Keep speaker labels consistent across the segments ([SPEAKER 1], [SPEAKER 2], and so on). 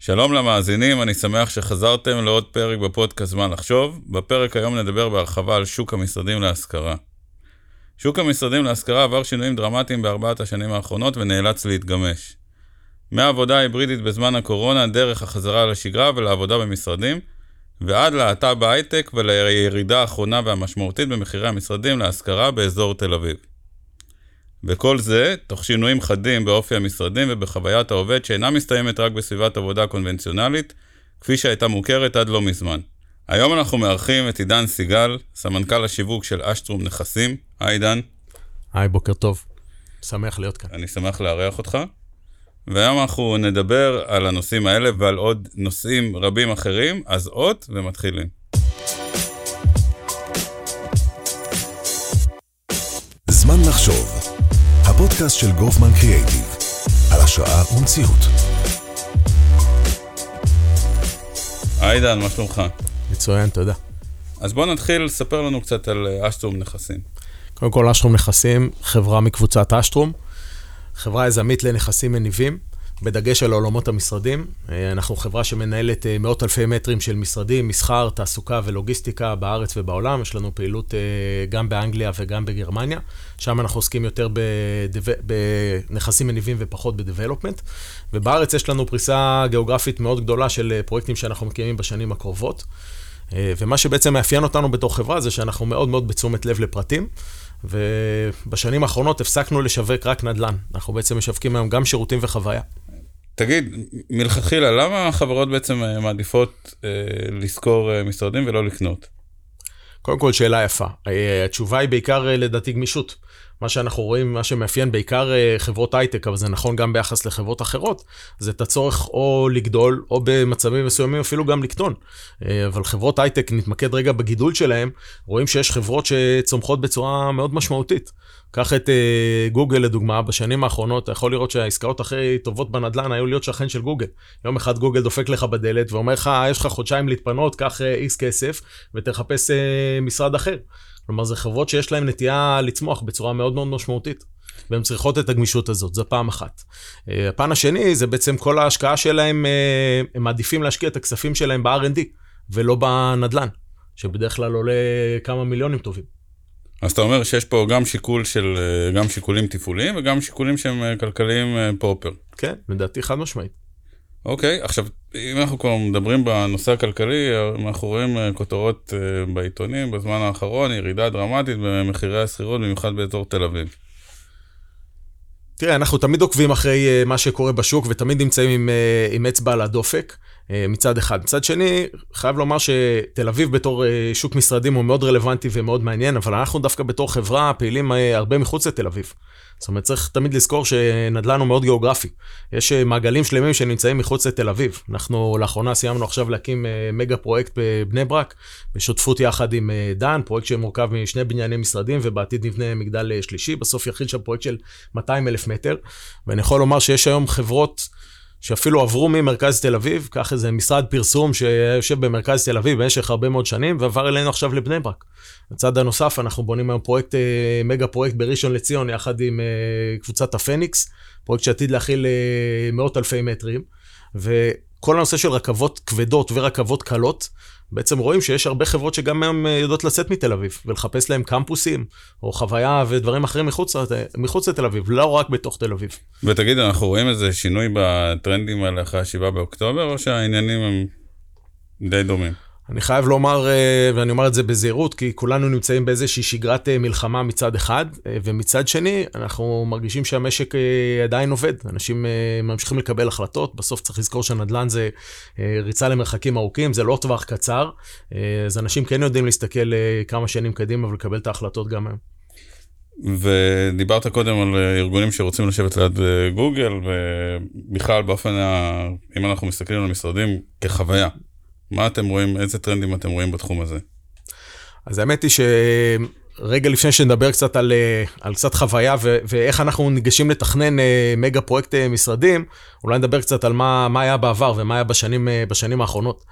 [SPEAKER 1] שלום למאזינים, אני שמח שחזרתם לעוד פרק בפודקאסט זמן לחשוב. בפרק היום נדבר בהרחבה על שוק המשרדים להשכרה. שוק המשרדים להשכרה עבר שינויים דרמטיים בארבעת השנים האחרונות ונאלץ להתגמש. מהעבודה ההיברידית בזמן הקורונה, דרך החזרה לשגרה ולעבודה במשרדים, ועד להאטה בהייטק ולירידה האחרונה והמשמעותית במחירי המשרדים להשכרה באזור תל אביב. וכל זה, תוך שינויים חדים באופי המשרדים ובחוויית העובד שאינה מסתיימת רק בסביבת עבודה קונבנציונלית, כפי שהייתה מוכרת עד לא מזמן. היום אנחנו מארחים את עידן סיגל, סמנכ"ל השיווק של אשטרום נכסים. היי עידן.
[SPEAKER 2] היי, בוקר טוב. שמח להיות כאן.
[SPEAKER 1] אני שמח לארח אותך. והיום אנחנו נדבר על הנושאים האלה ועל עוד נושאים רבים אחרים, אז עוד ומתחילים.
[SPEAKER 3] זמן לחשוב. הפודקאסט של גופמן קריאייטיב, על השראה ומציאות.
[SPEAKER 1] עידן, מה שלומך?
[SPEAKER 2] מצוין, תודה.
[SPEAKER 1] אז בוא נתחיל לספר לנו קצת על אשטרום נכסים.
[SPEAKER 2] קודם כל, אשטרום נכסים, חברה מקבוצת אשטרום, חברה יזמית לנכסים מניבים, בדגש על עולמות המשרדים. אנחנו חברה שמנהלת מאות אלפי מטרים של משרדים, מסחר, תעסוקה ולוגיסטיקה בארץ ובעולם. יש לנו פעילות גם באנגליה וגם בגרמניה. שם אנחנו עוסקים יותר בנכסים מניבים ופחות בדבלופמנט. ובארץ יש לנו פריסה גיאוגרפית מאוד גדולה של פרויקטים שאנחנו מקימים בשנים הקרובות. ומה שבעצם מאפיין אותנו בתור חברה זה שאנחנו מאוד מאוד בתשומת לב לפרטים. ובשנים האחרונות הפסקנו לשווק רק נדל"ן. אנחנו בעצם משווקים היום גם שירותים וחוויה.
[SPEAKER 1] תגיד, מלכתחילה, למה החברות בעצם מעדיפות לשכור משרדים ולא לקנות?
[SPEAKER 2] קודם כל, שאלה יפה. התשובה היא בעיקר לדעתי גמישות. מה שאנחנו רואים, מה שמאפיין בעיקר חברות הייטק, אבל זה נכון גם ביחס לחברות אחרות, זה את הצורך או לגדול, או במצבים מסוימים אפילו גם לקטון. אבל חברות הייטק, נתמקד רגע בגידול שלהם, רואים שיש חברות שצומחות בצורה מאוד משמעותית. קח את גוגל לדוגמה, בשנים האחרונות, אתה יכול לראות שהעסקאות הכי טובות בנדלן היו להיות שכן של גוגל. יום אחד גוגל דופק לך בדלת ואומר לך, יש לך חודשיים להתפנות, קח X כסף ותחפש משרד אחר. כלומר, זה חברות שיש להן נטייה לצמוח בצורה מאוד מאוד משמעותית, והן צריכות את הגמישות הזאת, זו פעם אחת. הפן השני, זה בעצם כל ההשקעה שלהם, הם מעדיפים להשקיע את הכספים שלהם ב-R&D, ולא בנדלן, שבדרך כלל עולה כמה מיליונים טובים.
[SPEAKER 1] אז אתה אומר שיש פה גם גם שיקולים תפעוליים, וגם שיקולים שהם כלכליים פרופר.
[SPEAKER 2] כן, לדעתי חד משמעית.
[SPEAKER 1] אוקיי, עכשיו, אם אנחנו כבר מדברים בנושא הכלכלי, אנחנו רואים כותרות בעיתונים בזמן האחרון, ירידה דרמטית במחירי השכירות, במיוחד באזור תל אביב.
[SPEAKER 2] תראה, אנחנו תמיד עוקבים אחרי מה שקורה בשוק, ותמיד נמצאים עם אצבע על הדופק, מצד אחד. מצד שני, חייב לומר שתל אביב בתור שוק משרדים הוא מאוד רלוונטי ומאוד מעניין, אבל אנחנו דווקא בתור חברה פעילים הרבה מחוץ לתל אביב. זאת אומרת, צריך תמיד לזכור שנדל"ן הוא מאוד גיאוגרפי. יש מעגלים שלמים שנמצאים מחוץ לתל אביב. אנחנו לאחרונה סיימנו עכשיו להקים מגה פרויקט בבני ברק, בשותפות יחד עם דן, פרויקט שמורכב משני בנייני משרדים, ובעתיד נבנה מגדל שלישי, בסוף יחיד שם פרויקט של 200,000 מטר. ואני יכול לומר שיש היום חברות שאפילו עברו ממרכז תל אביב, כך איזה משרד פרסום שיושב במרכז תל אביב במשך הרבה מאוד שנים, ועבר אלינו עכשיו לבני ברק. בצד הנוסף, אנחנו בונים היום מגה פרויקט בראשון לציון, יחד עם קבוצת הפניקס, פרויקט שעתיד להכיל מאות אלפי מטרים, וכל הנושא של רכבות כבדות ורכבות קלות, בעצם רואים שיש הרבה חברות שגם הם יודעות לצאת מתל אביב, ולחפש להם קמפוסים, או חוויה ודברים אחרים מחוץ לתל אביב, לא רק בתוך תל אביב.
[SPEAKER 1] ותגיד, אנחנו רואים איזה שינוי בטרנדים האלה אחרי 7 באוקטובר, או שהעניינים הם די דומים?
[SPEAKER 2] אני חייב לומר, ואני אומר את זה בזהירות, כי כולנו נמצאים באיזושהי שגרת מלחמה מצד אחד, ומצד שני, אנחנו מרגישים שהמשק עדיין עובד. אנשים ממשיכים לקבל החלטות, בסוף צריך לזכור שנדל"ן זה ריצה למרחקים ארוכים, זה לא טווח קצר, אז אנשים כן יודעים להסתכל כמה שנים קדימה ולקבל את ההחלטות גם היום.
[SPEAKER 1] ודיברת קודם על ארגונים שרוצים לשבת ליד גוגל, ובכלל באופן, אם אנחנו מסתכלים על המשרדים כחוויה, מה אתם רואים, איזה טרנדים אתם רואים בתחום הזה?
[SPEAKER 2] אז האמת היא שרגע לפני שנדבר קצת על קצת חוויה ואיך אנחנו ניגשים לתכנן מגה פרויקט משרדים, אולי נדבר קצת על מה היה בעבר ומה היה בשנים האחרונות.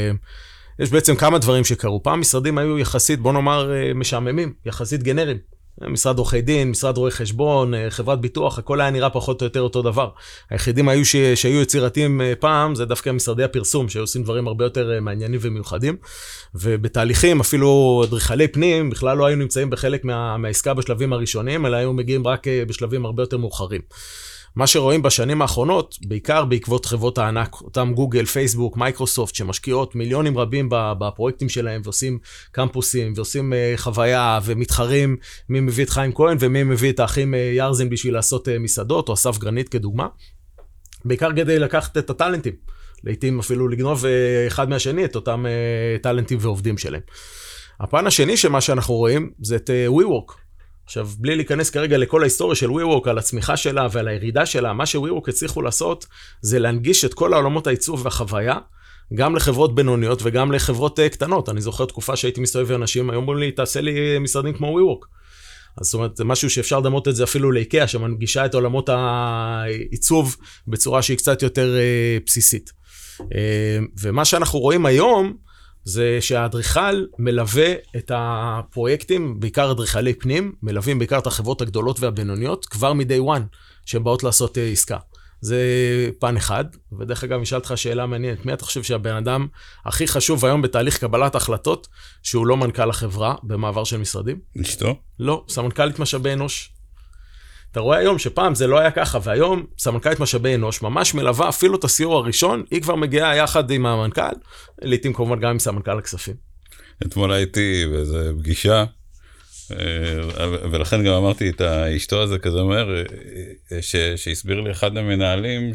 [SPEAKER 2] ויש בעצם כמה דברים שקרו. פעם משרדים היו יחסית, בוא נאמר, משעממים, יחסית גנריים. משרד עורכי דין, משרד רואי חשבון, חברת ביטוח, הכל היה נראה פחות או יותר אותו דבר. היחידים שהיו יצירתיים פעם, זה דווקא משרדי הפרסום, שהיו עושים דברים הרבה יותר מעניינים ומיוחדים, ובתהליכים, אפילו אדריכלי פנים, בכלל לא היו נמצאים בחלק מהעסקה בשלבים הראשונים, אלא היו מגיעים רק בשלבים הרבה יותר מאוחרים. מה שרואים בשנים האחרונות, בעיקר בעקבות חברות הענק, אותם גוגל, פייסבוק, מייקרוסופט, שמשקיעות מיליונים רבים בפרויקטים שלהם, ועושים קמפוסים, ועושים חוויה, ומתחרים מי מביא את חיים כהן, ומי מביא את האחים ירזין בשביל לעשות מסעדות, או אסף גרנית כדוגמה. בעיקר כדי לקחת את הטלנטים, לעתים אפילו לגנוב אחד מהשני את אותם טלנטים ועובדים שלהם. הפן השני שמה שאנחנו רואים, זה את WeWork. עכשיו, בלי להיכנס כרגע לכל ההיסטוריה של WeWork, על הצמיחה שלה ועל הירידה שלה, מה ש-WeWork הצליחו לעשות, זה להנגיש את כל העולמות העיצוב והחוויה, גם לחברות בינוניות וגם לחברות קטנות. אני זוכר תקופה שהייתי מסתובב ואנשים, היום אומרים לי, תעשה לי משרדים כמו WeWork. אז זאת אומרת, זה משהו שאפשר לדמות את זה אפילו לאיקאה, שמנגישה את עולמות העיצוב בצורה שהיא קצת יותר בסיסית. ומה שאנחנו רואים היום, זה שהאדריכל מלווה את הפרויקטים, בעיקר אדריכלי פנים, מלווים בעיקר את החברות הגדולות והבינוניות, כבר מ-day one, שהן באות לעשות עסקה. זה פן אחד, ודרך אגב, נשאל אותך שאלה מעניינת, מי אתה חושב שהבן אדם הכי חשוב היום בתהליך קבלת החלטות, שהוא לא מנכ"ל החברה במעבר של משרדים?
[SPEAKER 1] אשתו?
[SPEAKER 2] לא, סמנכ"לית משאבי אנוש. אתה רואה היום שפעם זה לא היה ככה, והיום סמנכ"לית משאבי אנוש ממש מלווה אפילו את הסיור הראשון, היא כבר מגיעה יחד עם המנכ"ל, לעתים כמובן גם עם סמנכ"ל הכספים.
[SPEAKER 1] אתמול הייתי באיזו פגישה, ולכן גם אמרתי את האשתו הזה כזה אומר, שהסביר לי אחד המנהלים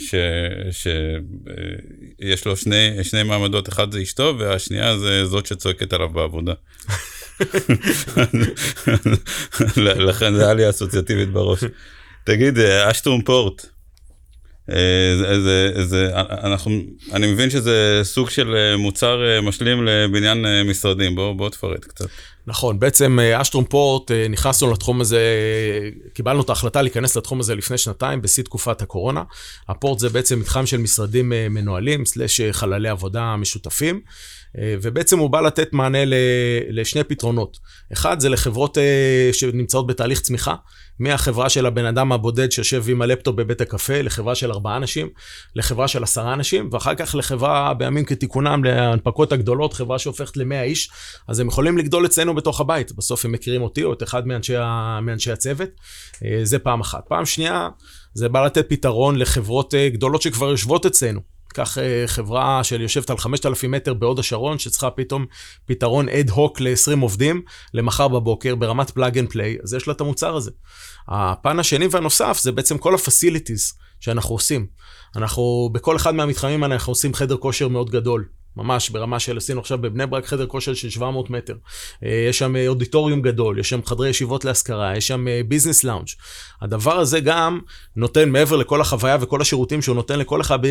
[SPEAKER 1] שיש לו שני מעמדות, אחד זה אשתו והשנייה זה זאת שצועקת עליו בעבודה. לכן זה היה לי אסוציאטיבית בראש. תגיד, אשטרום פורט, אני מבין שזה סוג של מוצר משלים לבניין משרדים, בוא תפרט קצת.
[SPEAKER 2] נכון, בעצם אשטרום פורט נכנסנו לתחום הזה, קיבלנו את ההחלטה להיכנס לתחום הזה לפני שנתיים, בשיא תקופת הקורונה. הפורט זה בעצם מתחם של משרדים מנוהלים, סלש חללי עבודה משותפים, ובעצם הוא בא לתת מענה לשני פתרונות. אחד זה לחברות שנמצאות בתהליך צמיחה, מהחברה של הבן אדם הבודד שיושב עם הלפטופ בבית הקפה, לחברה של 4 אנשים, לחברה של 10 אנשים, ואחר כך לחברה בימים כתיקונם, להנפקות הגדולות, חברה שהופכת ל100 איש, אז הם יכולים לגדול אצלנו בתוך הבית. בסוף הם מכירים אותי או את אחד מאנשי הצוות. זה פעם אחת. פעם שנייה, זה בא לתת פתרון לחברות גדולות שכבר יושבות אצלנו. כך חברה של יושבת על 5,000 מטר בהוד השרון, שצריכה פתאום פתרון אד-הוק ל-20 עובדים, למחר בבוקר, ברמת פלאג אנד פליי, אז יש לה את המוצר הזה. הפן השני והנוסף, זה בעצם כל הפסיליטיז שאנחנו עושים. אנחנו, בכל אחד מהמתחמים אנחנו עושים חדר כושר מאוד גדול. ממש ברמה של עשינו עכשיו בבני ברק חדר כושר של 700 מטר. יש שם אודיטוריום גדול, יש שם חדרי ישיבות להשכרה, יש שם ביזנס לאונג'. הדבר הזה גם נותן מעבר לכל החוויה וכל השירותים שהוא נותן לכל אחד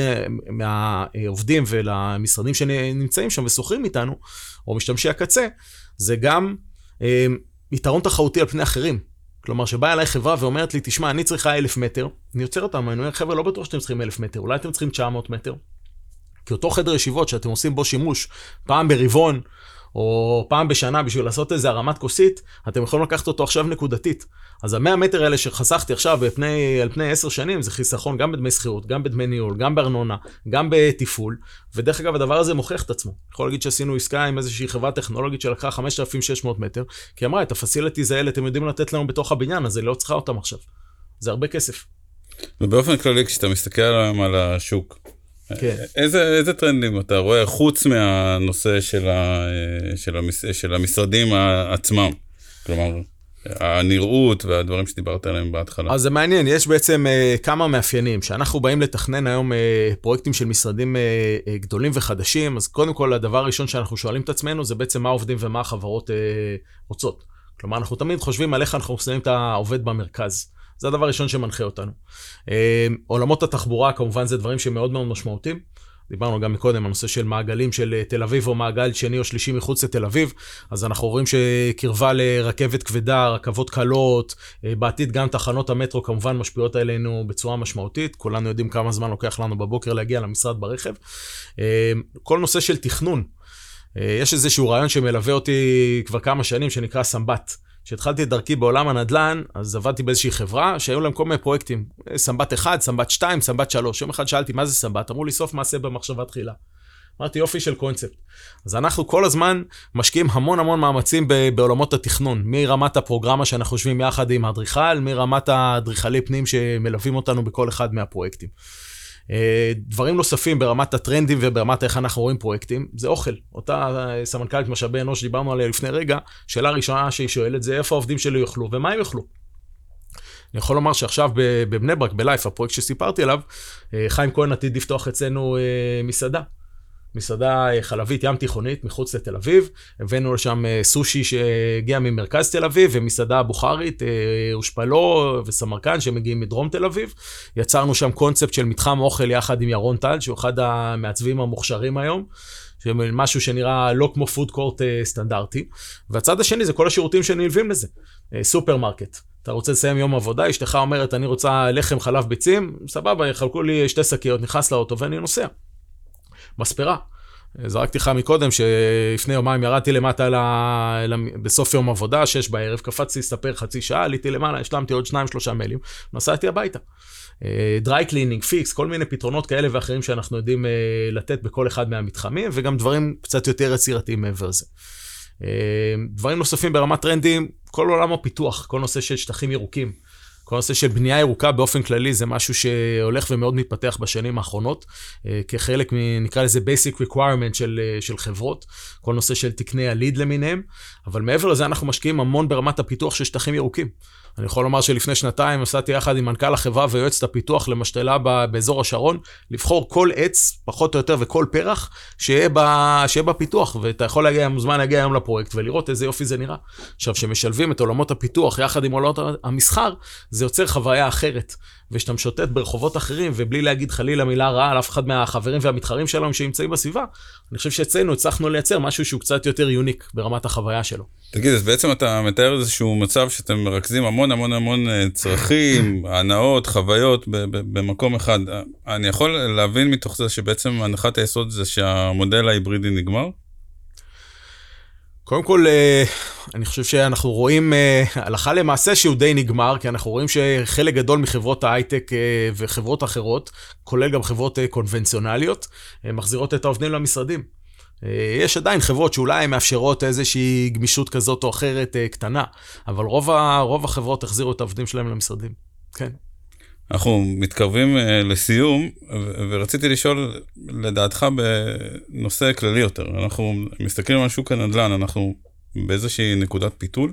[SPEAKER 2] מהעובדים ולמשרדים שנמצאים שם וסוחרים איתנו, או משתמשי הקצה, זה גם יתרון תחרותי על פני אחרים. כלומר, שבאה אליי חברה ואומרת לי, תשמע, אני צריכה 1,000 מטר, אני יוצר אותם, אני אומר, חבר'ה, לא בטוח שאתם צריכים 1,000 מטר, אולי אתם צריכים 900 מטר. כי אותו חדר ישיבות שאתם עושים בו שימוש פעם ברבעון, או פעם בשנה בשביל לעשות איזה הרמת כוסית, אתם יכולים לקחת אותו עכשיו נקודתית. אז ה100 מטר האלה שחסכתי עכשיו על פני 10 שנים, זה חיסכון גם בדמי שכירות, גם בדמי ניהול, גם בארנונה, גם בתפעול, ודרך אגב הדבר הזה מוכיח את עצמו. יכול להגיד שעשינו עסקה עם איזושהי חברה טכנולוגית שלקחה 5,600 מטר, כי אמרה, את הפסיליטיז האלה אתם יודעים לתת לנו בתוך הבניין, אז זה לא צריכה אותם עכשיו. זה הרבה כסף.
[SPEAKER 1] ובאופן כללי, כשאתה מסתכל היום על השוק,
[SPEAKER 2] כן.
[SPEAKER 1] איזה טרנדים אתה רואה חוץ מהנושא של המשרדים עצמם? כלומר, הנראות והדברים שדיברת עליהם בהתחלה.
[SPEAKER 2] אז זה מעניין, יש בעצם כמה מאפיינים. שאנחנו באים לתכנן היום פרויקטים של משרדים גדולים וחדשים, אז קודם כל הדבר הראשון שאנחנו שואלים את עצמנו, זה בעצם מה העובדים ומה החברות רוצות. כלומר, אנחנו תמיד חושבים על איך אנחנו שמים את העובד במרכז. זה הדבר הראשון שמנחה אותנו. עולמות התחבורה, כמובן, זה דברים שמאוד מאוד משמעותיים. דיברנו גם מקודם, הנושא של מעגלים של תל אביב, או מעגל שני או שלישי מחוץ לתל אביב, אז אנחנו רואים שקרבה לרכבת כבדה, רכבות קלות, בעתיד גם תחנות המטרו, כמובן, משפיעות עלינו בצורה משמעותית. כולנו יודעים כמה זמן לוקח לנו בבוקר להגיע למשרד ברכב. כל נושא של תכנון. יש איזשהו רעיון שמלווה אותי כבר כמה שנים, שנקרא סמבט. כשהתחלתי את דרכי בעולם הנדל"ן, אז עבדתי באיזושהי חברה, שהיו להם כל מיני פרויקטים, סמבט 1, סמבט 2, סמבט 3. יום אחד שאלתי, מה זה סמבט? אמרו לי, סוף מעשה במחשבה תחילה. אמרתי, יופי של קונספט. אז אנחנו כל הזמן משקיעים המון המון מאמצים בעולמות התכנון, מרמת הפרוגרמה שאנחנו יושבים יחד עם האדריכל, מרמת האדריכלי פנים שמלווים אותנו בכל אחד מהפרויקטים. דברים נוספים ברמת הטרנדים וברמת איך אנחנו רואים פרויקטים, זה אוכל. אותה סמנכ"לית משאבי אנוש שדיברנו עליה לפני רגע, שאלה ראשונה שהיא שואלת זה איפה העובדים שלי יאכלו ומה הם יאכלו. אני יכול לומר שעכשיו בבני ברק, בלייף, הפרויקט שסיפרתי עליו, חיים כהן עתיד לפתוח אצלנו מסעדה חלבית ים תיכונית מחוץ לתל אביב, הבאנו לשם סושי שהגיע ממרכז תל אביב, ומסעדה בוכרית, אושפלו וסמרקן שמגיעים מדרום תל אביב. יצרנו שם קונספט של מתחם אוכל יחד עם ירון טל, שהוא אחד המעצבים המוכשרים היום, משהו שנראה לא כמו פוד קורט סטנדרטי. והצד השני זה כל השירותים שנלווים לזה. סופרמרקט. אתה רוצה לסיים יום עבודה, אשתך אומרת, אני רוצה לחם חלב ביצים, סבבה, יחלקו לי 2 שקיות, נכנס לאוטו ואני נוסע. מספרה. זרקתי לך מקודם שלפני יומיים ירדתי למטה בסוף יום עבודה, 6 בערב, קפצתי לספר חצי שעה, עליתי למעלה, השלמתי עוד 2-3 מיילים, נסעתי הביתה. דריי קלינינג, פיקס, כל מיני פתרונות כאלה ואחרים שאנחנו יודעים לתת בכל אחד מהמתחמים, וגם דברים קצת יותר יצירתיים מעבר לזה. דברים נוספים ברמת טרנדים, כל עולם הפיתוח, כל נושא של שטחים ירוקים, כל נושא של בנייה ירוקה באופן כללי, זה משהו שהולך ומאוד מתפתח בשנים האחרונות, כחלק נקרא לזה basic requirement של חברות, כל נושא של תקני הליד למיניהם, אבל מעבר לזה אנחנו משקיעים המון ברמת הפיתוח של שטחים ירוקים. אני יכול לומר שלפני 2 עשיתי יחד עם מנכ"ל החברה ויועצת הפיתוח למשתלה באזור השרון, לבחור כל עץ, פחות או יותר, וכל פרח, שיהיה בפיתוח, ואתה יכול להגיע, מוזמן להגיע היום לפרויקט, ולראות איזה יופי זה נראה. עכשיו, שמשלבים את עולמות הפיתוח יחד עם עולמות המסחר, זה יוצר חוויה אחרת, ושאתה משוטט ברחובות אחרים, ובלי להגיד חלילה מילה רעה על אף אחד מהחברים והמתחרים שלנו שנמצאים בסביבה, אני חושב שאצלנו הצלחנו לייצר משהו שהוא קצת יותר יוניק ברמת החוויה שלו.
[SPEAKER 1] תגיד, אז בעצם אתה מתאר איזשהו מצב שאתם מרכזים המון המון המון צרכים, הנאות, חוויות במקום אחד. אני יכול להבין מתוך זה שבעצם הנחת היסוד זה שהמודל ההיברידי נגמר?
[SPEAKER 2] קודם כל, אני חושב שאנחנו רואים הלכה למעשה שהוא די נגמר, כי אנחנו רואים שחלק גדול מחברות ההייטק וחברות אחרות, כולל גם חברות קונבנציונליות, מחזירות את העובדים למשרדים. יש עדיין חברות שאולי מאפשרות איזושהי גמישות כזאת או אחרת קטנה, אבל רוב החברות החזירו את העובדים שלהם למשרדים. כן.
[SPEAKER 1] אנחנו מתקרבים לסיום, ורציתי לשאול לדעתך בנושא כללי יותר. אנחנו מסתכלים על שוק הנדל"ן, אנחנו באיזושהי נקודת פיתול?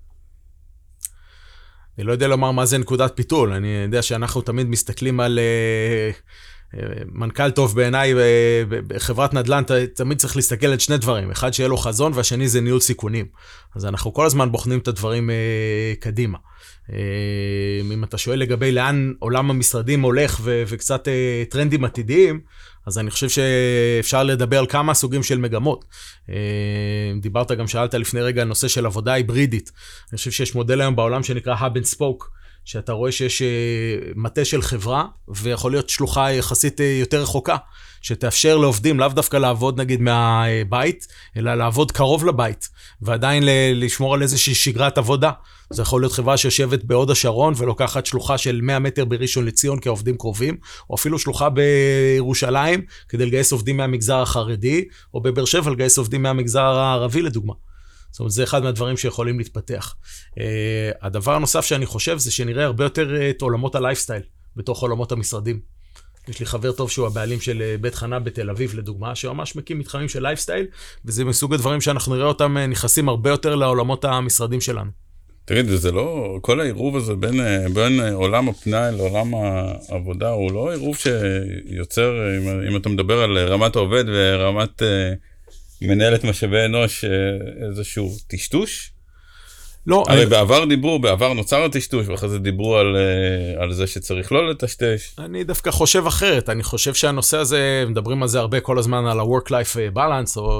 [SPEAKER 2] אני לא יודע לומר מה זה נקודת פיתול, אני יודע שאנחנו תמיד מסתכלים על מנכ"ל טוב בעיניי, בחברת נדל"ן תמיד צריך להסתכל על 2 דברים, אחד שיהיה לו חזון והשני זה ניהול סיכונים. אז אנחנו כל הזמן בוחנים את הדברים קדימה. אם אתה שואל לגבי לאן עולם המשרדים הולך וקצת טרנדים עתידיים, אז אני חושב שאפשר לדבר על כמה סוגים של מגמות. דיברת גם, שאלת לפני רגע, הנושא של עבודה היברידית. אני חושב שיש מודל היום בעולם שנקרא Hub and Spoke, שאתה רואה שיש מטה של חברה, ויכול להיות שלוחה יחסית יותר רחוקה, שתאפשר לעובדים לאו דווקא לעבוד נגיד מהבית, אלא לעבוד קרוב לבית, ועדיין לשמור על איזושהי שגרת עבודה. זה יכול להיות חברה שיושבת בהוד השרון, ולוקחת שלוחה של 100 מטר בראשון לציון כעובדים קרובים, או אפילו שלוחה בירושלים, כדי לגייס עובדים מהמגזר החרדי, או בבאר שבע לגייס עובדים מהמגזר הערבי לדוגמה. זאת אומרת, זה אחד מהדברים שיכולים להתפתח. הדבר הנוסף שאני חושב זה שנראה הרבה יותר את עולמות הלייפסטייל, בתוך עולמות המשרדים. יש לי חבר טוב שהוא הבעלים של בית חנה בתל אביב, לדוגמה, שממש מקים מתחמים של לייפסטייל, וזה מסוג הדברים שאנחנו נראה אותם נכנסים הרבה יותר לעולמות המשרדים שלנו.
[SPEAKER 1] תגיד, זה לא, כל העירוב הזה בין עולם הפנאי לעולם העבודה, הוא לא עירוב שיוצר, אם אתה מדבר על רמת העובד ורמת מנהלת משאבי אנוש, איזשהו טשטוש?
[SPEAKER 2] לא.
[SPEAKER 1] הרי בעבר נוצר הטשטוש, ואחרי זה דיברו על זה שצריך לא לטשטש.
[SPEAKER 2] אני דווקא חושב אחרת, אני חושב שהנושא הזה, מדברים על זה הרבה כל הזמן, על ה-work-life balance,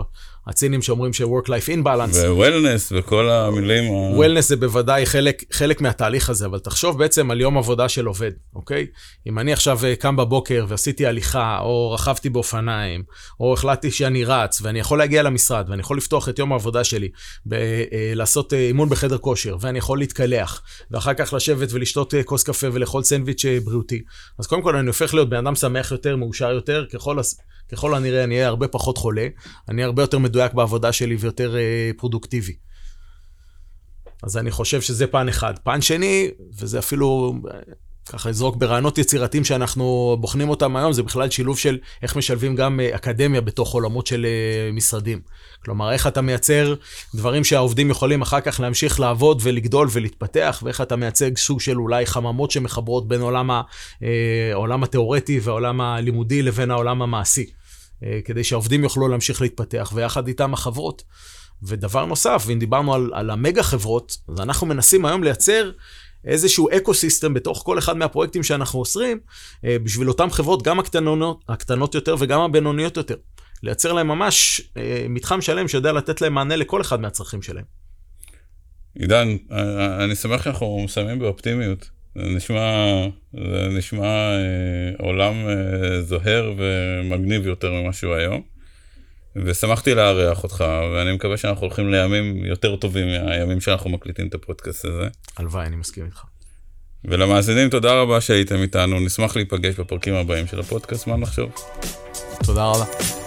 [SPEAKER 2] הצינים שאומרים ש-work-life imbalance.
[SPEAKER 1] ו-wellness וכל המילים.
[SPEAKER 2] wellness זה בוודאי חלק מהתהליך הזה, אבל תחשוב בעצם על יום עבודה של עובד, אוקיי? אם אני עכשיו קם בבוקר ועשיתי הליכה, או רכבתי באופניים, או החלטתי שאני רץ, ואני יכול להגיע למשרד, ואני יכול לפתוח את יום העבודה שלי, לעשות אימון בחדר כושר, ואני יכול להתקלח, ואחר כך לשבת ולשתות כוס קפה ולאכול סנדוויץ' בריאותי. אז קודם כל אני הופך להיות בן אדם שמח יותר, מאושר יותר, ככל הנראה אני אהיה הרבה פחות חולה, אני אהיה הרבה יותר מדויק בעבודה שלי ויותר פרודוקטיבי. אז אני חושב שזה פן אחד. פן שני, וזה אפילו ככה לזרוק ברעיונות יצירתיים שאנחנו בוחנים אותם היום, זה בכלל שילוב של איך משלבים גם אקדמיה בתוך עולמות של משרדים. כלומר, איך אתה מייצר דברים שהעובדים יכולים אחר כך להמשיך לעבוד ולגדול ולהתפתח, ואיך אתה מייצג סוג של אולי חממות שמחברות בין העולם התיאורטי והעולם הלימודי לבין העולם המעשי, כדי שהעובדים יוכלו להמשיך להתפתח, ויחד איתם החברות. ודבר נוסף, ואם דיברנו על המגה חברות, אז אנחנו מנסים היום לייצר איזשהו אקוסיסטם בתוך כל אחד מהפרויקטים שאנחנו עושים, בשביל אותם חברות, גם הקטנות יותר וגם הבינוניות יותר. לייצר להם ממש מתחם שלם שיודע לתת להם מענה לכל אחד מהצרכים שלהם.
[SPEAKER 1] עידן, אני שמח שאנחנו מסיימים באופטימיות. זה נשמע עולם זוהר ומגניב יותר ממה שהוא היום. ושמחתי לארח אותך, ואני מקווה שאנחנו הולכים לימים יותר טובים מהימים שאנחנו מקליטים את הפודקאסט הזה.
[SPEAKER 2] הלוואי, אני מסכים איתך.
[SPEAKER 1] ולמאזינים, תודה רבה שהייתם איתנו. נשמח להיפגש בפרקים הבאים של הפודקאסט, מה נחשוב?
[SPEAKER 2] תודה רבה.